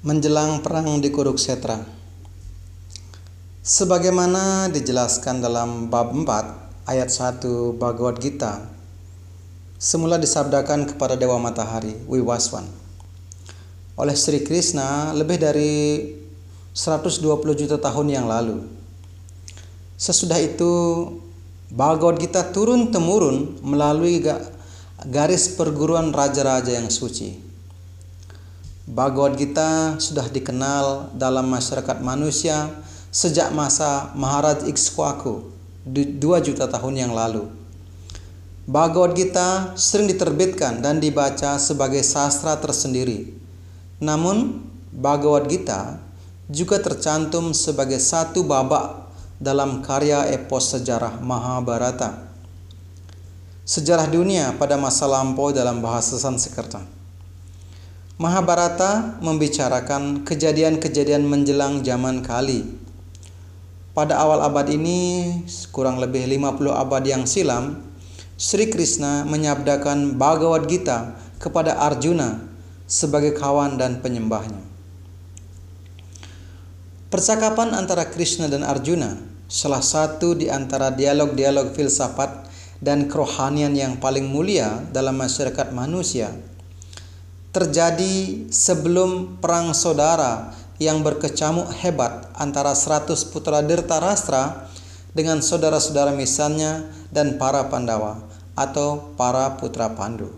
Menjelang perang di Kurukshetra. Sebagaimana dijelaskan dalam bab 4 ayat 1 Bhagavad Gita, semula disabdakan kepada Dewa Matahari, Vivasvan, oleh Sri Krishna lebih dari 120 juta tahun yang lalu. Sesudah itu Bhagavad Gita turun-temurun melalui garis perguruan raja-raja yang suci. Bhagavad Gita sudah dikenal dalam masyarakat manusia sejak masa Maharaj Ikshwaku 2 juta tahun yang lalu. Bhagavad Gita sering diterbitkan dan dibaca sebagai sastra tersendiri. Namun, Bhagavad Gita juga tercantum sebagai satu babak dalam karya epos sejarah Mahabharata, sejarah dunia pada masa lampau dalam bahasa Sanskerta. Mahabharata membicarakan kejadian-kejadian menjelang zaman Kali. Pada awal abad ini, kurang lebih 50 abad yang silam, Sri Krishna menyabdakan Bhagavad Gita kepada Arjuna sebagai kawan dan penyembahnya. Percakapan antara Krishna dan Arjuna, salah satu di antara dialog-dialog filsafat dan kerohanian yang paling mulia dalam masyarakat manusia, terjadi sebelum perang saudara yang berkecamuk hebat antara 100 putra Dhritarashtra dengan saudara-saudara misalnya dan para Pandawa atau para putra Pandu.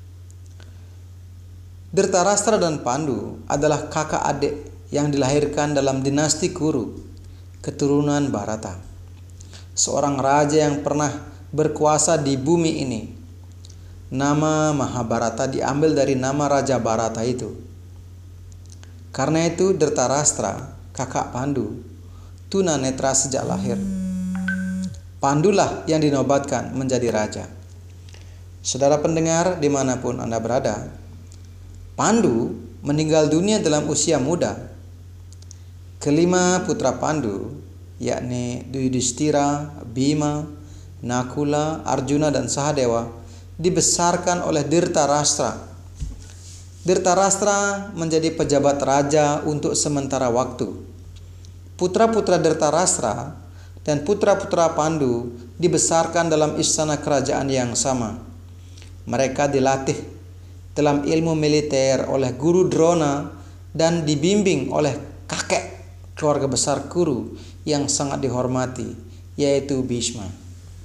Dhritarashtra dan Pandu adalah kakak adik yang dilahirkan dalam dinasti Kuru, keturunan Bharata, seorang raja yang pernah berkuasa di bumi ini. Nama Mahabharata diambil dari nama Raja Bharata itu. Karena itu Dhritarashtra, kakak Pandu, tuna netra sejak lahir. Pandulah yang dinobatkan menjadi raja. Saudara pendengar dimanapun Anda berada, Pandu meninggal dunia dalam usia muda. Kelima putra Pandu, yakni Yudhishthira, Bhima, Nakula, Arjuna, dan Sahadewa, dibesarkan oleh Dhritarashtra. Dhritarashtra menjadi pejabat raja untuk sementara waktu. Putra-putra Dhritarashtra dan putra-putra Pandu dibesarkan dalam istana kerajaan yang sama. Mereka dilatih dalam ilmu militer oleh guru Drona dan dibimbing oleh kakek keluarga besar Kuru yang sangat dihormati, yaitu Bhishma.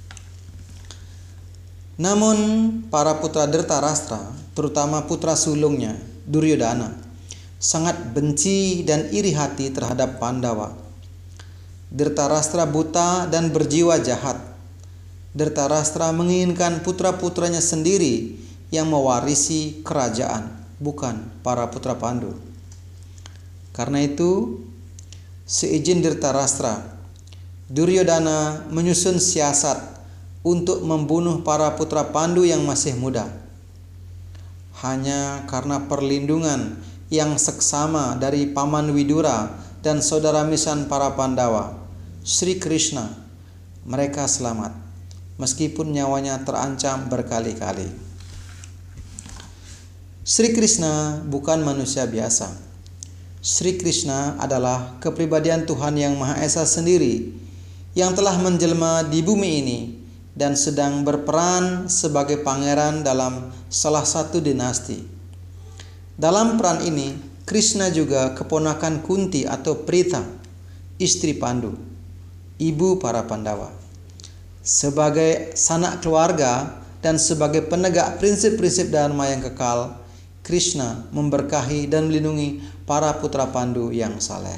Namun para putra Dhritarashtra, terutama putra sulungnya Duryodhana, sangat benci dan iri hati terhadap Pandawa. Dhritarashtra buta dan berjiwa jahat. Dhritarashtra menginginkan putra-putranya sendiri yang mewarisi kerajaan, bukan para putra Pandu. Karena itu, seizin Dhritarashtra, Duryodhana menyusun siasat untuk membunuh para putra Pandu yang masih muda. Hanya karena perlindungan yang seksama dari Paman Widura dan saudara misan para Pandawa, Sri Krishna, mereka selamat, meskipun nyawanya terancam berkali-kali. Sri Krishna bukan manusia biasa. Sri Krishna adalah kepribadian Tuhan Yang Maha Esa sendiri yang telah menjelma di bumi ini dan sedang berperan sebagai pangeran dalam salah satu dinasti. Dalam peran ini, Krishna juga keponakan Kunti atau Pritha, istri Pandu, ibu para Pandawa. Sebagai sanak keluarga dan sebagai penegak prinsip-prinsip dharma yang kekal, Krishna memberkahi dan melindungi para putra Pandu yang saleh.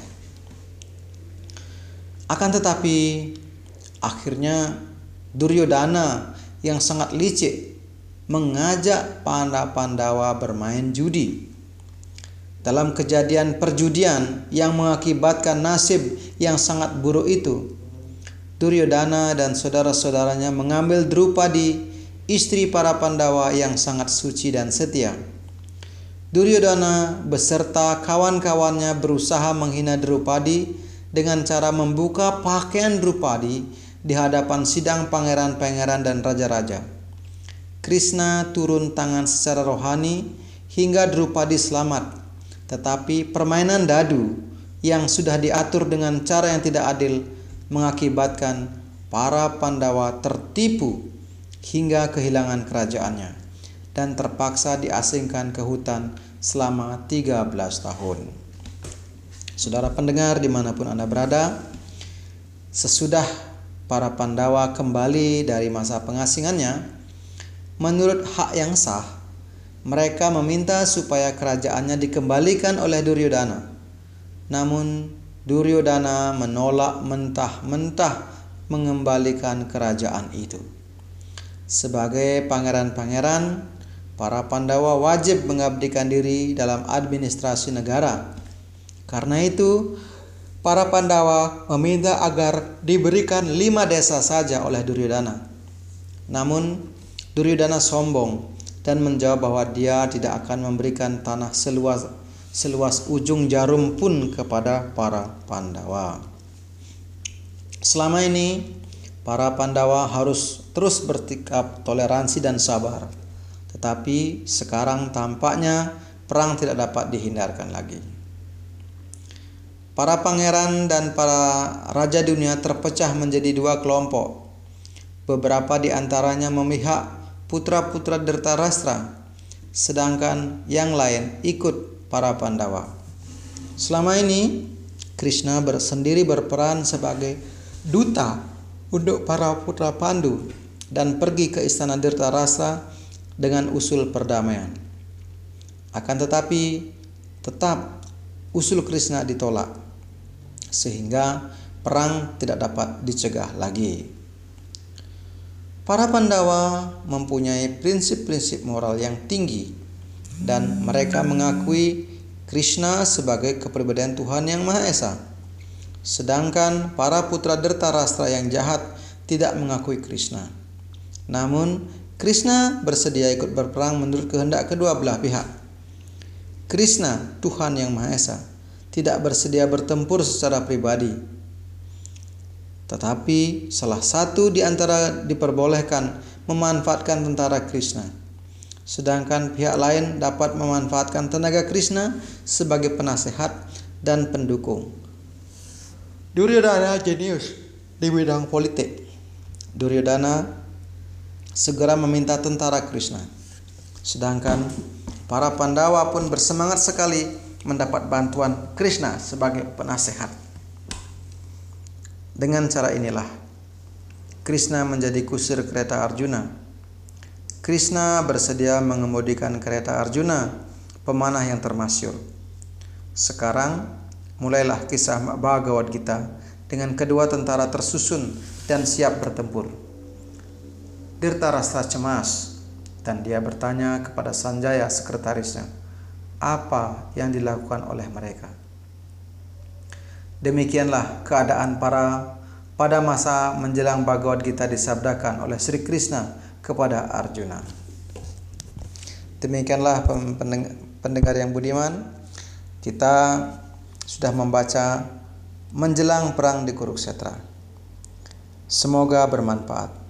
Akan tetapi, akhirnya Duryodhana yang sangat licik mengajak para Pandawa bermain judi. Dalam kejadian perjudian yang mengakibatkan nasib yang sangat buruk itu, Duryodhana dan saudara-saudaranya mengambil Drupadi, istri para Pandawa yang sangat suci dan setia. Duryodhana beserta kawan-kawannya berusaha menghina Drupadi dengan cara membuka pakaian Drupadi di hadapan sidang pangeran-pangeran dan raja-raja. Krishna turun tangan secara rohani hingga Drupadi selamat tetapi permainan dadu yang sudah diatur dengan cara yang tidak adil mengakibatkan para Pandawa tertipu hingga kehilangan kerajaannya dan terpaksa diasingkan ke hutan selama 13 tahun. Saudara pendengar dimanapun Anda berada, sesudah para Pandawa kembali dari masa pengasingannya, menurut hak yang sah, mereka meminta supaya kerajaannya dikembalikan oleh Duryodhana. Namun Duryodhana menolak mentah-mentah mengembalikan kerajaan itu. Sebagai pangeran-pangeran, para Pandawa wajib mengabdikan diri dalam administrasi negara. Karena itu, para Pandawa meminta agar diberikan 5 desa saja oleh Duryodhana. Namun, Duryodhana sombong dan menjawab bahwa dia tidak akan memberikan tanah seluas ujung jarum pun kepada para Pandawa. Selama ini, para Pandawa harus terus bersikap toleransi dan sabar. Tetapi sekarang tampaknya perang tidak dapat dihindarkan lagi. Para pangeran dan para raja dunia terpecah menjadi 2 kelompok. Beberapa di antaranya memihak putra-putra Dhritarashtra, sedangkan yang lain ikut para Pandawa. Selama ini, Krishna sendiri berperan sebagai duta untuk para putra Pandu dan pergi ke istana Dhritarashtra dengan usul perdamaian. Akan tetapi, tetap usul Krishna ditolak, sehingga perang tidak dapat dicegah lagi. Para Pandawa mempunyai prinsip-prinsip moral yang tinggi dan mereka mengakui Krishna sebagai kepribadian Tuhan yang Maha Esa. Sedangkan para putra Dhritarashtra yang jahat tidak mengakui Krishna. Namun Krishna bersedia ikut berperang menurut kehendak kedua belah pihak. Krishna, Tuhan yang Maha Esa, tidak bersedia bertempur secara pribadi. Tetapi salah satu di antara diperbolehkan memanfaatkan tentara Krishna. Sedangkan pihak lain dapat memanfaatkan tenaga Krishna sebagai penasehat dan pendukung. Duryodhana jenius di bidang politik. Duryodhana segera meminta tentara Krishna. Sedangkan para Pandawa pun bersemangat sekali mendapat bantuan Krishna sebagai penasehat. Dengan cara inilah Krishna menjadi kusir kereta Arjuna. Krishna bersedia mengemudikan kereta Arjuna, pemanah yang termasyhur. Sekarang mulailah kisah Bhagavad Gita dengan kedua tentara tersusun dan siap bertempur. Dhritarashtra cemas dan dia bertanya kepada Sanjaya sekretarisnya apa yang dilakukan oleh mereka. Demikianlah keadaan pada masa menjelang Bhagavad Gita disabdakan oleh Sri Krishna kepada Arjuna. Demikianlah pendengar yang budiman, kita sudah membaca menjelang perang di Kurukshetra. Semoga bermanfaat.